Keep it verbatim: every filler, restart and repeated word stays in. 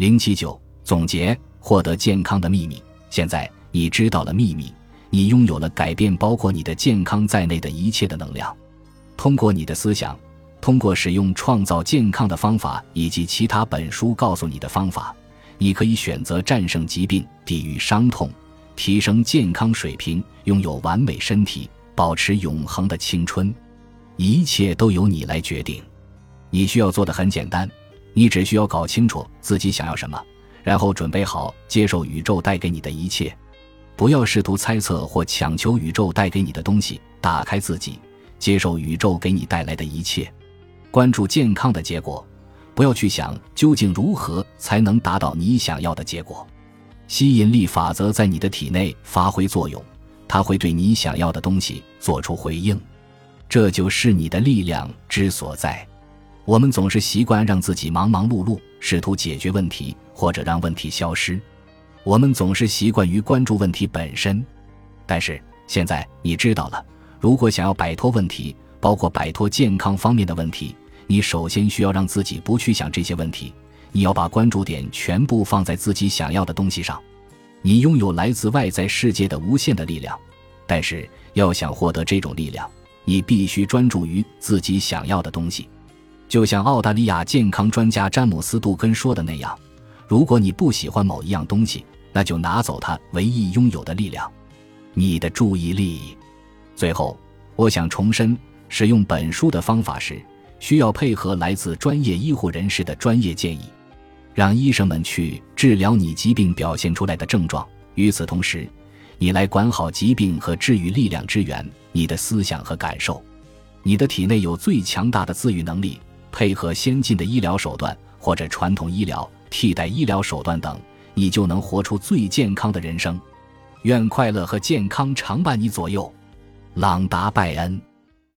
零七九总结：获得健康的秘密。现在你知道了秘密，你拥有了改变包括你的健康在内的一切的能量。通过你的思想，通过使用创造健康的方法以及其他本书告诉你的方法，你可以选择战胜疾病，抵御伤痛，提升健康水平，拥有完美身体，保持永恒的青春。一切都由你来决定。你需要做的很简单，你只需要搞清楚自己想要什么，然后准备好接受宇宙带给你的一切。不要试图猜测或强求宇宙带给你的东西，打开自己，接受宇宙给你带来的一切。关注健康的结果，不要去想究竟如何才能达到你想要的结果。吸引力法则在你的体内发挥作用，它会对你想要的东西做出回应，这就是你的力量之所在。我们总是习惯让自己忙忙碌碌，试图解决问题或者让问题消失。我们总是习惯于关注问题本身。但是现在你知道了，如果想要摆脱问题，包括摆脱健康方面的问题，你首先需要让自己不去想这些问题，你要把关注点全部放在自己想要的东西上。你拥有来自外在世界的无限的力量，但是要想获得这种力量，你必须专注于自己想要的东西。就像澳大利亚健康专家詹姆斯·杜根说的那样，如果你不喜欢某一样东西，那就拿走它唯一拥有的力量，你的注意力。最后，我想重申，使用本书的方法时，需要配合来自专业医护人士的专业建议，让医生们去治疗你疾病表现出来的症状。与此同时，你来管好疾病和治愈力量之源，你的思想和感受。你的体内有最强大的自愈能力，配合先进的医疗手段或者传统医疗、替代医疗手段等，你就能活出最健康的人生。愿快乐和健康常伴你左右。朗达·拜恩。